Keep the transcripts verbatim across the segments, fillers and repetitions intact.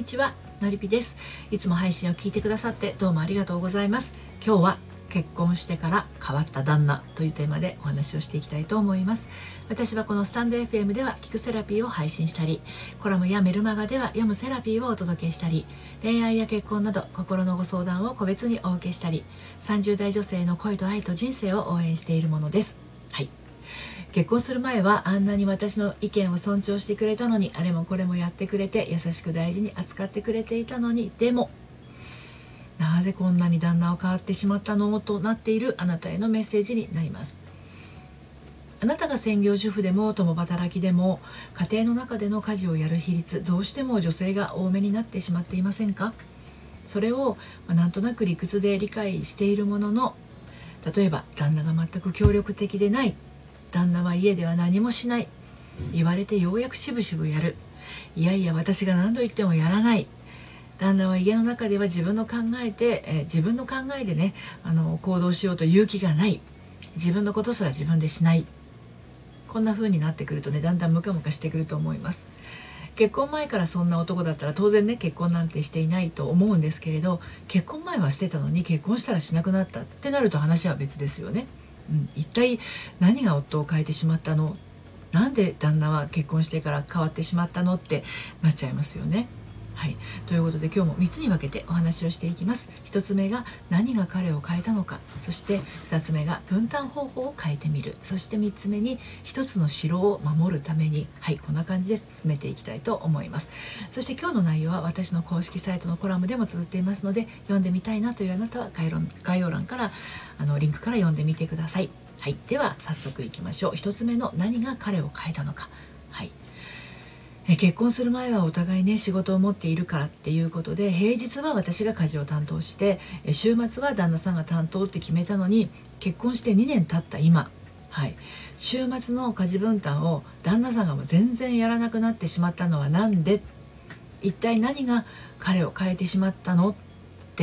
ちは、のりぴです。いつも配信を聞いてくださってどうもありがとうございます。今日は結婚してから変わった旦那というテーマでお話をしていきたいと思います。私はこのスタンド エフエム では聞くセラピーを配信したり、コラムやメルマガでは読むセラピーをお届けしたり、恋愛や結婚など心のご相談を個別にお受けしたり、さんじゅう代女性の恋と愛と人生を応援しているものです。はい、結婚する前はあんなに私の意見を尊重してくれたのに、あれもこれもやってくれて優しく大事に扱ってくれていたのに、でもなぜこんなに旦那は変わってしまったのとなっているあなたへのメッセージになります。あなたが専業主婦でも共働きでも、家庭の中での家事をやる比率、どうしても女性が多めになってしまっていませんか？それを、まあ、なんとなく理屈で理解しているものの、例えば旦那が全く協力的でない、旦那は家では何もしない、言われてようやくしぶしぶやる、いやいや私が何度言ってもやらない、旦那は家の中では自分の考えて、えー、自分の考えでねあの行動しようと勇気がない、自分のことすら自分でしない、こんな風になってくるとね、だんだんムカムカしてくると思います。結婚前からそんな男だったら当然ね結婚なんてしていないと思うんですけれど、結婚前はしてたのに結婚したらしなくなったってなると話は別ですよね。うん、一体何が夫を変えてしまったの、なんで旦那は結婚してから変わってしまったのってなっちゃいますよね。はい、ということで今日もみっつに分けてお話をしていきます。ひとつめが何が彼を変えたのか、そしてふたつめが分担方法を変えてみる、そしてみっつめにひとつの城を守るために、はい、こんな感じで進めていきたいと思います。そして今日の内容は私の公式サイトのコラムでも綴っていますので、読んでみたいなというあなたは概要欄、概要欄からあのリンクから読んでみてください。はい、では早速いきましょう。ひとつめの何が彼を変えたのか。はい、え結婚する前はお互いね仕事を持っているからっていうことで、平日は私が家事を担当してえ週末は旦那さんが担当って決めたのに、結婚してにねん経った今、はい、週末の家事分担を旦那さんがもう全然やらなくなってしまったのはなんで、一体何が彼を変えてしまったのって、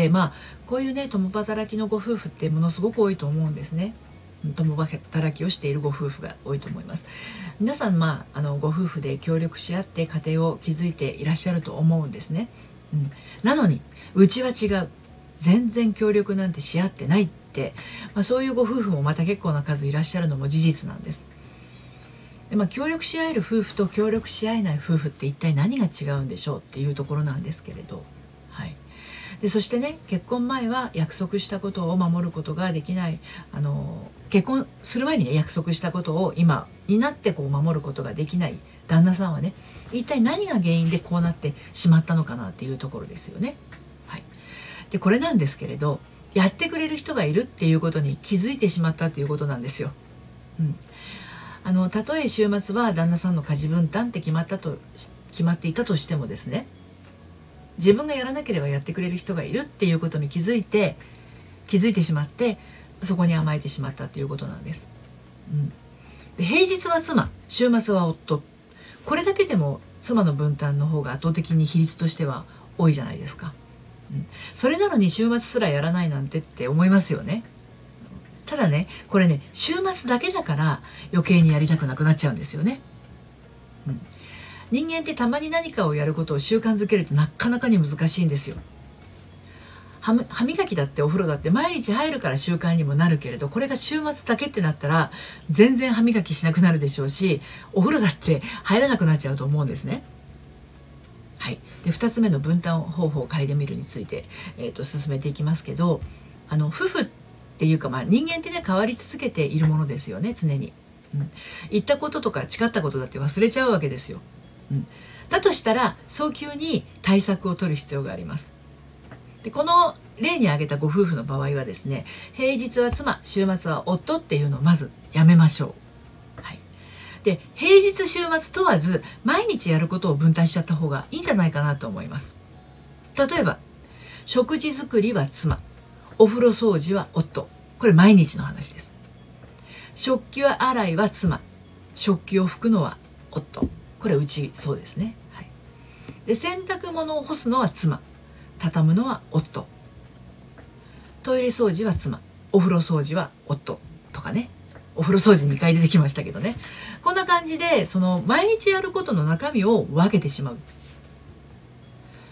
まあこういうね共働きのご夫婦ってものすごく多いと思うんですね。共働きをしているご夫婦が多いと思います。皆さん、まあ、あのご夫婦で協力し合って家庭を築いていらっしゃると思うんですね。うん、なのにうちは違う、全然協力なんてし合ってないって、まあ、そういうご夫婦もまた結構な数いらっしゃるのも事実なんです。で、まあ、協力し合える夫婦と協力し合えない夫婦って一体何が違うんでしょうっていうところなんですけれど、はい、でそしてね結婚前は約束したことを守ることができない、あの結婚する前にね約束したことを今になってこう守ることができない旦那さんはね、一体何が原因でこうなってしまったのかなっていうところですよね。はい、でこれなんですけれど、やってくれる人がいるっていうことに気づいてしまったっていうことなんですよ。うん、あのたとえ週末は旦那さんの家事分担って決まったと決まっていたとしてもですね、自分がやらなければやってくれる人がいるっていうことに気づいて気づいてしまって、そこに甘えてしまったということなんです。うん、で平日は妻、週末は夫、これだけでも妻の分担の方が圧倒的に比率としては多いじゃないですか。うん、それなのに週末すらやらないなんてって思いますよね。ただねこれね週末だけだから余計にやりたくなくなっちゃうんですよね。うん、人間ってたまに何かをやることを習慣づけるとなかなかに難しいんですよ。歯磨きだってお風呂だって毎日入るから習慣にもなるけれど、これが週末だけってなったら全然歯磨きしなくなるでしょうし、お風呂だって入らなくなっちゃうと思うんですね。はい、でふたつめの分担方法を変えてみるについて、えー、と進めていきますけど、あの夫婦っていうか、まあ、人間ってね変わり続けているものですよね、常に。うん、言ったこととか誓ったことだって忘れちゃうわけですよ。うん、だとしたら早急に対策を取る必要があります。でこの例に挙げたご夫婦の場合はですね、平日は妻、週末は夫っていうのをまずやめましょう。はい、で平日週末問わず毎日やることを分担しちゃった方がいいんじゃないかなと思います。例えば食事作りは妻、お風呂掃除は夫、これ毎日の話です。食器は洗いは妻、食器を拭くのは夫、これうちそうですね。はい、で洗濯物を干すのは妻、畳むのは夫、トイレ掃除は妻、お風呂掃除は夫とかね。お風呂掃除にかい出てきましたけどね。こんな感じでその毎日やることの中身を分けてしまう。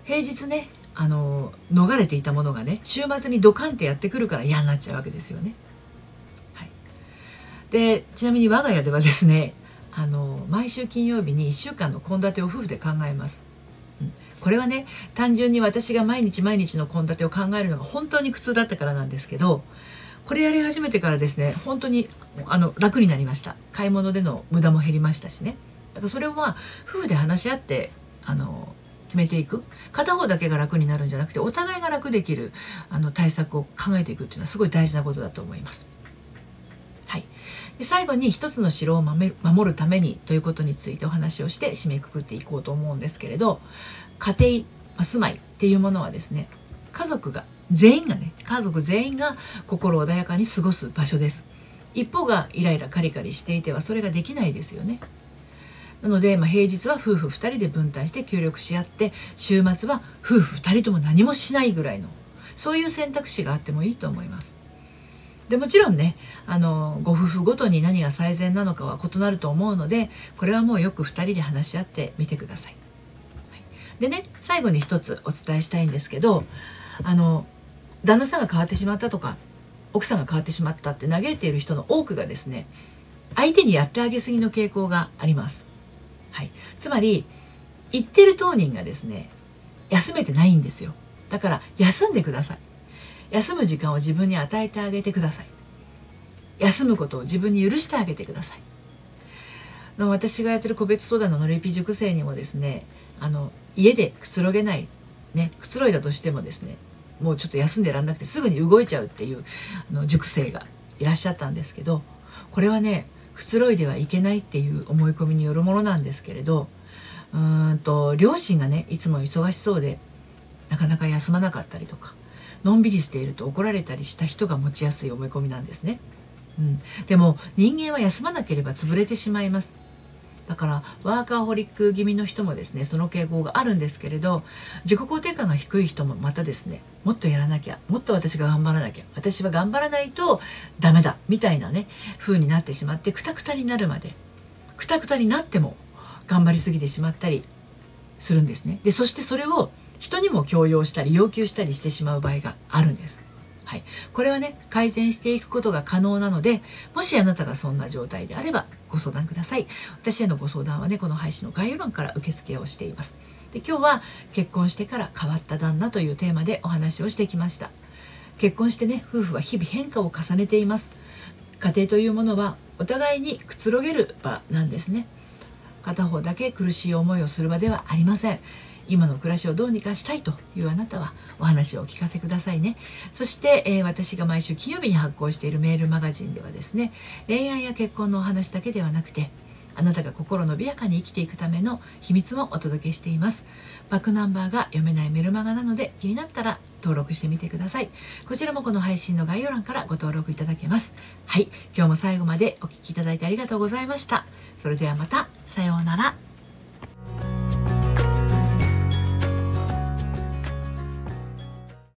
平日ねあの逃れていたものがね週末にドカンってやってくるから嫌になっちゃうわけですよね。はい、でちなみに我が家ではですねあの毎週金曜日にいっしゅうかんの献立を夫婦で考えます。うん、これはね単純に私が毎日毎日の献立を考えるのが本当に苦痛だったからなんですけど、これやり始めてからですね本当にあの楽になりました。買い物での無駄も減りましたしね。だからそれをまあ夫婦で話し合ってあの決めていく、片方だけが楽になるんじゃなくてお互いが楽できるあの対策を考えていくっていうのはすごい大事なことだと思います。はい、で最後に一つの城を守る、守るためにということについてお話をして締めくくっていこうと思うんですけれど、家庭、まあ、住まいっていうものはですね家族が全員がね家族全員が心穏やかに過ごす場所です。一方がイライラカリカリしていてはそれができないですよね。なので、まあ、平日は夫婦ふたりで分担して協力し合って、週末は夫婦ふたりとも何もしないぐらいのそういう選択肢があってもいいと思います。でもちろんねあのご夫婦ごとに何が最善なのかは異なると思うので、これはもうよくふたりで話し合ってみてください。はい、でね最後に一つお伝えしたいんですけど、あの旦那さんが変わってしまったとか奥さんが変わってしまったって嘆いている人の多くがですね相手にやってあげすぎの傾向があります。はい、つまり言ってる当人がですね休めてないんですよ。だから休んでください。休む時間を自分に与えてあげてください。休むことを自分に許してあげてください。の私がやってる個別相談ののりぴ塾生にもですねあの家でくつろげないねくつろいだとしてもですねもうちょっと休んでらんなくてすぐに動いちゃうっていうあの塾生がいらっしゃったんですけど、これはねくつろいではいけないっていう思い込みによるものなんですけれど、うーんと両親がねいつも忙しそうでなかなか休まなかったりとかのんびりしていると怒られたりした人が持ちやすい思い込みなんですね。うん、でも人間は休まなければ潰れてしまいます。だからワーカーホリック気味の人もですねその傾向があるんですけれど、自己肯定感が低い人もまたですねもっとやらなきゃもっと私が頑張らなきゃ私は頑張らないとダメだみたいなね風になってしまってクタクタになるまでクタクタになっても頑張りすぎてしまったりするんですね。でそしてそれを人にも強要したり要求したりしてしまう場合があるんです。はい、これはね改善していくことが可能なので、もしあなたがそんな状態であればご相談ください。私へのご相談はねこの配信の概要欄から受付をしています。で今日は結婚してから変わった旦那というテーマでお話をしてきました。結婚してね夫婦は日々変化を重ねています。家庭というものはお互いにくつろげる場なんですね。片方だけ苦しい思いをする場ではありません。今の暮らしをどうにかしたいというあなたはお話をお聞かせくださいね。そして、えー、私が毎週金曜日に発行しているメールマガジンではですね恋愛や結婚のお話だけではなくて、あなたが心伸びやかに生きていくための秘密もお届けしています。バックナンバーが読めないメルマガなので気になったら登録してみてください。こちらもこの配信の概要欄からご登録いただけます。はい、今日も最後までお聞きいただいてありがとうございました。それではまた、さようなら。